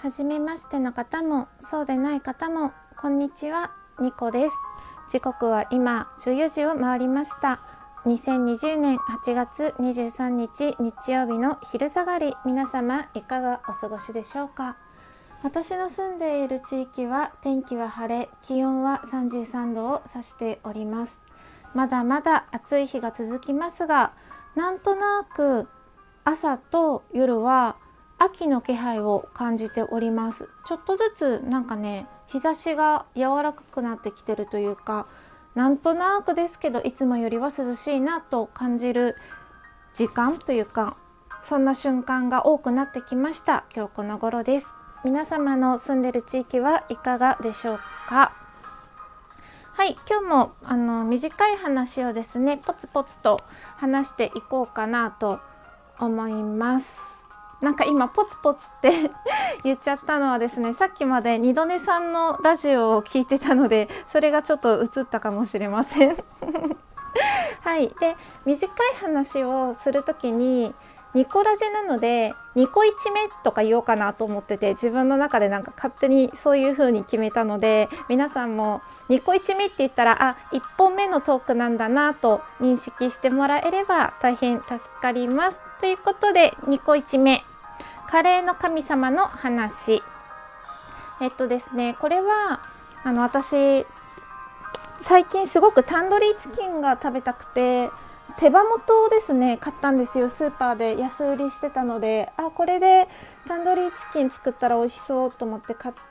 はじめましての方もそうでない方もこんにちは、ニコです。時刻は今14時を回りました。2020年8月23日日曜日の昼下がり、皆様いかがお過ごしでしょうか。私の住んでいる地域は天気は晴れ、気温は33度を指しております。まだまだ暑い日が続きますが、なんとなく朝と夜は秋の気配を感じております。ちょっとずつなんかね、日差しが柔らかくなってきてるというか、なんとなくですけどいつもよりは涼しいなと感じる時間というか、そんな瞬間が多くなってきました。今日この頃です。皆様の住んでる地域はいかがでしょうか。はい、今日も短い話をですね、ポツポツと話していこうかなと思います。なんか今ポツポツって言っちゃったのはですね、さっきまで二度寝さんのラジオを聞いてたので、それがちょっと映ったかもしれませんはい、で短い話をするときにニコラジなのでニコ1目とか言おうかなと思ってて、自分の中でなんか勝手にそういう風に決めたので、皆さんもニコ1目って言ったら1本目のトークなんだなと認識してもらえれば大変助かります。ということでニコ1目、カレーの神様の話。ですね、これは私最近すごくタンドリーチキンが食べたくて、手羽元をですね買ったんですよ。スーパーで安売りしてたので、これでタンドリーチキン作ったら美味しそうと思って買って、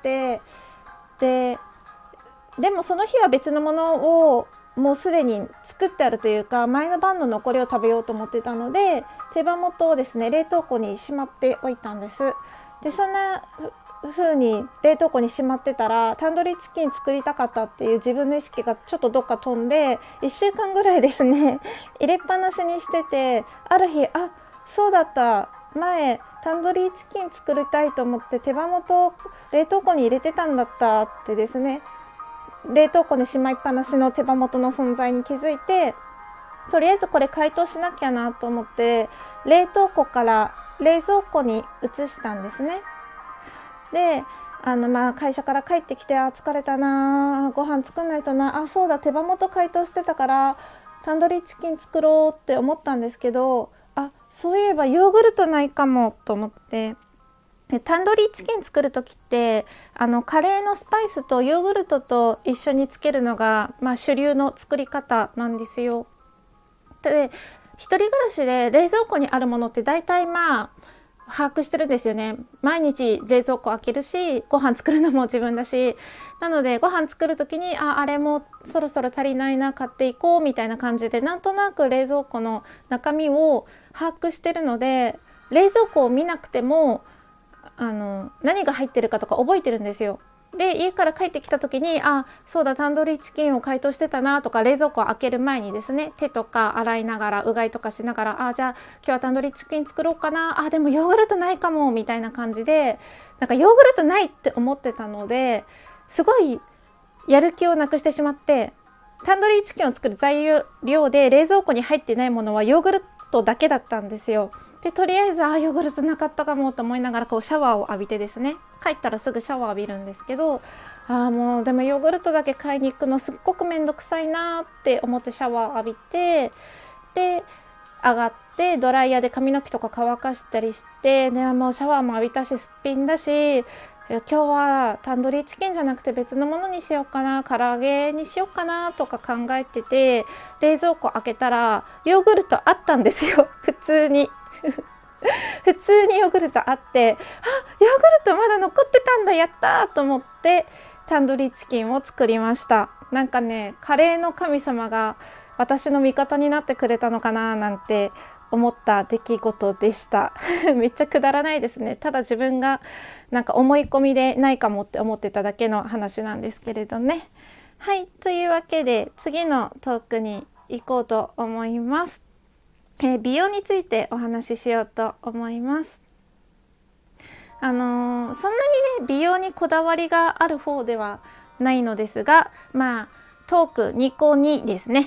でもその日は別のものをもうすでに作ってあるというか、前の晩の残りを食べようと思ってたので、手羽元をですね冷凍庫にしまっておいたんです。でそんな風に冷凍庫にしまってたら、タンドリーチキン作りたかったっていう自分の意識がちょっとどっか飛んで、1週間ぐらいですね入れっぱなしにしてて、ある日そうだった、前タンドリーチキン作りたいと思って手羽元を冷凍庫に入れてたんだったってですね、冷凍庫にしまいっぱなしの手羽元の存在に気づいて、とりあえずこれ解凍しなきゃなと思って冷凍庫から冷蔵庫に移したんですね。で会社から帰ってきて、疲れたな、ご飯作んないとな、そうだ手羽元解凍してたからタンドリーチキン作ろうって思ったんですけど、そういえばヨーグルトないかもと思って、タンドリーチキン作る時ってカレーのスパイスとヨーグルトと一緒につけるのが、主流の作り方なんですよ。で一人暮らしで冷蔵庫にあるものって大体把握してるんですよね。毎日冷蔵庫開けるし、ご飯作るのも自分だし、なのでご飯作る時にあれもそろそろ足りないな、買っていこうみたいな感じで、なんとなく冷蔵庫の中身を把握してるので、冷蔵庫を見なくても何が入ってるかとか覚えてるんですよ。で家から帰ってきた時にそうだタンドリーチキンを解凍してたなとか、冷蔵庫を開ける前にですね、手とか洗いながらうがいとかしながら、じゃあ今日はタンドリーチキン作ろうかな、でもヨーグルトないかもみたいな感じで、なんかヨーグルトないって思ってたので、すごいやる気をなくしてしまって、タンドリーチキンを作る材料で冷蔵庫に入ってないものはヨーグルトだけだったんですよ。でとりあえずヨーグルトなかったかもと思いながらシャワーを浴びてですね、帰ったらすぐシャワー浴びるんですけど、もうでもヨーグルトだけ買いに行くのすっごくめんどくさいなって思ってシャワー浴びて、で上がってドライヤーで髪の毛とか乾かしたりして、もうシャワーも浴びたしすっぴんだし、今日はタンドリーチキンじゃなくて別のものにしようかな、唐揚げにしようかなとか考えてて、冷蔵庫開けたらヨーグルトあったんですよ。普通に普通にヨーグルトあって、ヨーグルトまだ残ってたんだ、やったーと思ってタンドリーチキンを作りました。なんかね、カレーの神様が私の味方になってくれたのかななんて思った出来事でしためっちゃくだらないですね。ただ自分がなんか思い込みでないかもって思ってただけの話なんですけれどね。はい、というわけで次のトークに行こうと思います。美容についてお話ししようと思います。そんなにね美容にこだわりがある方ではないのですが、トーク2個2ですね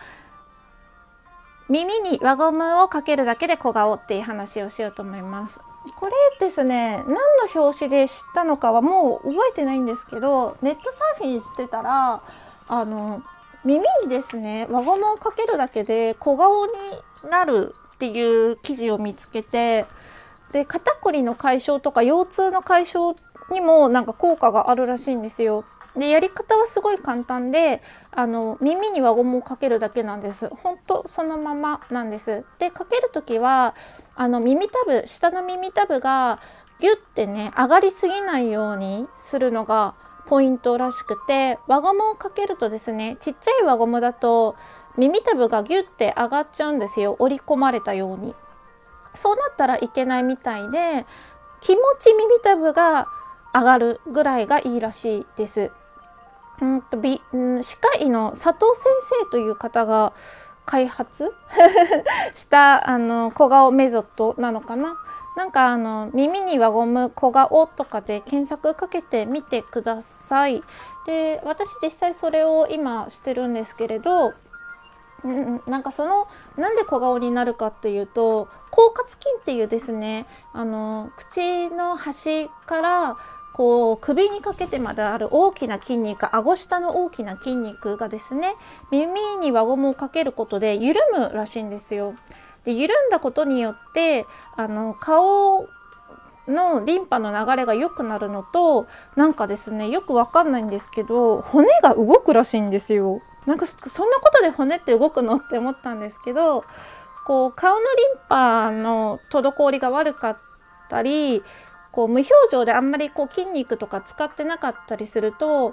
耳に輪ゴムをかけるだけで小顔っていう話をしようと思います。 これですね、何の表紙で知ったのかはもう覚えてないんですけど、ネットサーフィンしてたら耳にですね輪ゴムをかけるだけで小顔になるっていう記事を見つけて、で肩こりの解消とか腰痛の解消にもなんか効果があるらしいんですよ。でやり方はすごい簡単で、耳に輪ゴムをかけるだけなんです。ほんとそのままなんです。でかける時は耳たぶ、下の耳たぶがギュッてね上がりすぎないようにするのがポイントらしくて、輪ゴムをかけるとですね、ちっちゃい輪ゴムだと耳たぶがギュッて上がっちゃうんですよ、織り込まれたように。そうなったらいけないみたいで、気持ち耳たぶが上がるぐらいがいいらしいです。歯科医の佐藤先生という方が開発した小顔メソッドなのかな。なんか耳に輪ゴム小顔とかで検索かけてみてください。で私実際それを今してるんですけれど、なんかなんで小顔になるかっていうと、口角筋っていうですね、口の端からこう首にかけてまである大きな筋肉、顎下の大きな筋肉がですね、耳に輪ゴムをかけることで緩むらしいんですよ。で緩んだことによって顔のリンパの流れが良くなるのと、なんかですね、よくわかんないんですけど骨が動くらしいんですよ。なんかそんなことで骨って動くのって思ったんですけど、こう顔のリンパの滞りが悪かったり、こう無表情であんまりこう筋肉とか使ってなかったりすると、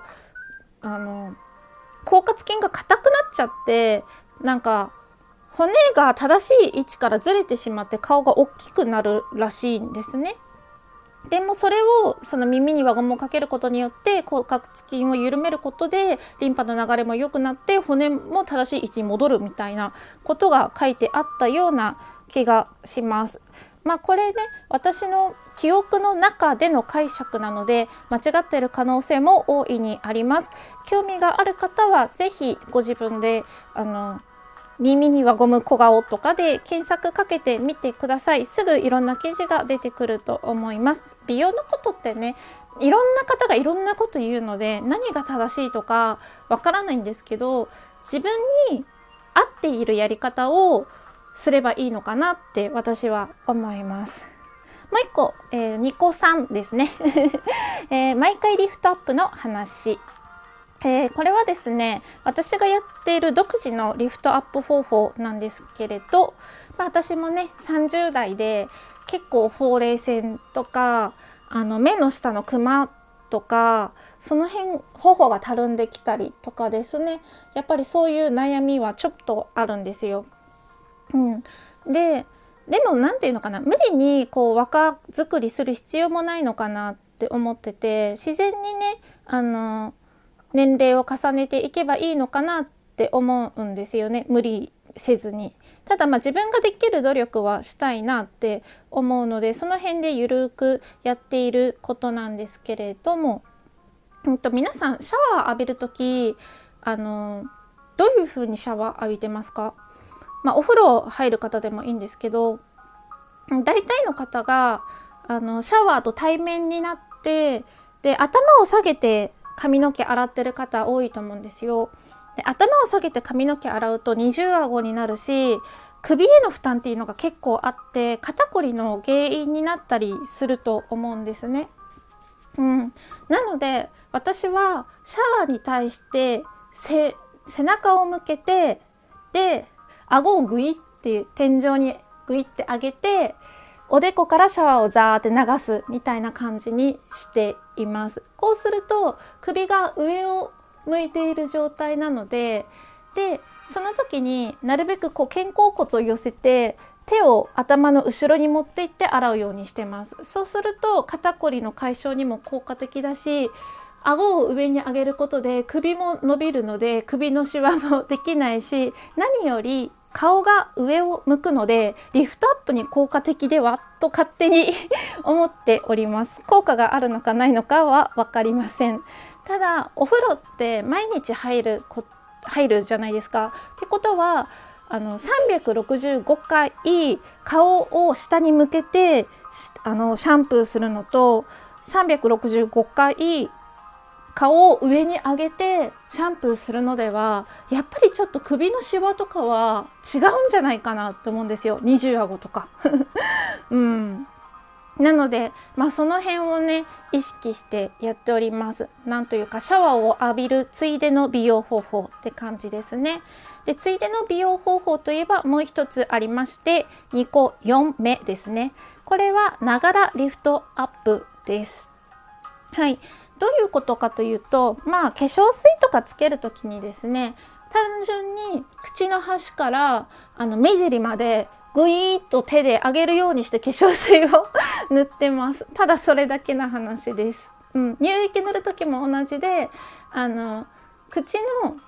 口角筋が硬くなっちゃって、なんか骨が正しい位置からずれてしまって顔が大きくなるらしいんですね。でもそれをその耳に輪ゴムをかけることによって口角筋を緩めることでリンパの流れも良くなって骨も正しい位置に戻るみたいなことが書いてあったような気がします。まあこれね、私の記憶の中での解釈なので間違っている可能性も大いにあります。興味がある方は是非ご自分で耳に輪ゴム小顔とかで検索かけてみてください。すぐいろんな記事が出てくると思います。美容のことってね、いろんな方がいろんなこと言うので何が正しいとかわからないんですけど、自分に合っているやり方をすればいいのかなって私は思います。もう一個、2個3ですね、毎回リフトアップの話。これはですね、私がやっている独自のリフトアップ方法なんですけれど、私もね30代で結構ほうれい線とか目の下のクマとかその辺頬がたるんできたりとかですね、やっぱりそういう悩みはちょっとあるんですよ。でも何て言うのかな、無理にこう若作りする必要もないのかなって思ってて、自然にね年齢を重ねていけばいいのかなって思うんですよね、無理せずに。ただ自分ができる努力はしたいなって思うので、その辺でゆるくやっていることなんですけれども、皆さんシャワー浴びる時どういう風にシャワー浴びてますか？お風呂入る方でもいいんですけど、大体の方がシャワーと対面になって、で頭を下げて髪の毛洗ってる方多いと思うんですよ。で頭を下げて髪の毛洗うと二重顎になるし、首への負担っていうのが結構あって肩こりの原因になったりすると思うんですね。なので私はシャワーに対して背中を向けて、で顎をグイって天井にグイって上げて、おでこからシャワーをザーって流すみたいな感じにしています。こうすると首が上を向いている状態なので、その時になるべくこう肩甲骨を寄せて手を頭の後ろに持っていって洗うようにしてます。そうすると肩こりの解消にも効果的だし、顎を上に上げることで首も伸びるので首のシワもできないし、何より顔が上を向くのでリフトアップに効果的ではと勝手に思っております。効果があるのかないのかは分かりません。ただお風呂って毎日入るじゃないですか。ってことは 365回顔を下に向けてシャンプーするのと、365回顔を上に上げてシャンプーするのでは、やっぱりちょっと首のシワとかは違うんじゃないかなと思うんですよ。20顎とかなので、その辺をね意識してやっております。なんというかシャワーを浴びるついでの美容方法って感じですね。でついでの美容方法といえばもう一つありまして、2個4目ですね。これはながらリフトアップです。はい、どういうことかというと、化粧水とかつける時にですね、単純に口の端から目尻までぐいーっと手で上げるようにして化粧水を塗ってます。ただそれだけの話です。乳液塗る時も同じで、口の、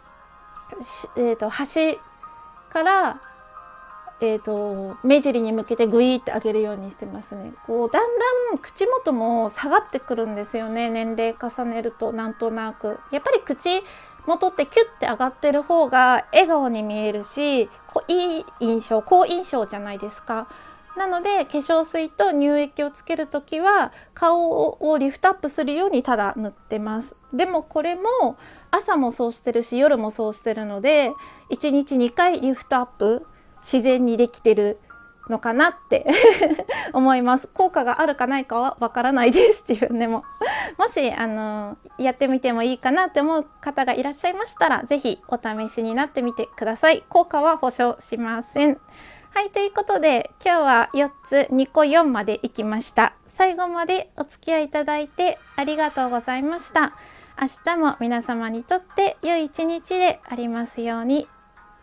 端から目尻に向けてグイーって上げるようにしてますね。だんだん口元も下がってくるんですよね。年齢重ねるとなんとなくやっぱり口元ってキュッて上がってる方が笑顔に見えるし、いい印象、好印象じゃないですか。なので化粧水と乳液をつけるときは顔をリフトアップするようにただ塗ってます。でもこれも朝もそうしてるし夜もそうしてるので、1日2回リフトアップ自然にできてるのかなって思います。効果があるかないかはわからないです自分でも。もしやってみてもいいかなって思う方がいらっしゃいましたら、是非お試しになってみてください。効果は保証しません。はい、ということで今日は4つ2個4までいきました。最後までお付き合いいただいてありがとうございました。明日も皆様にとって良い一日でありますように。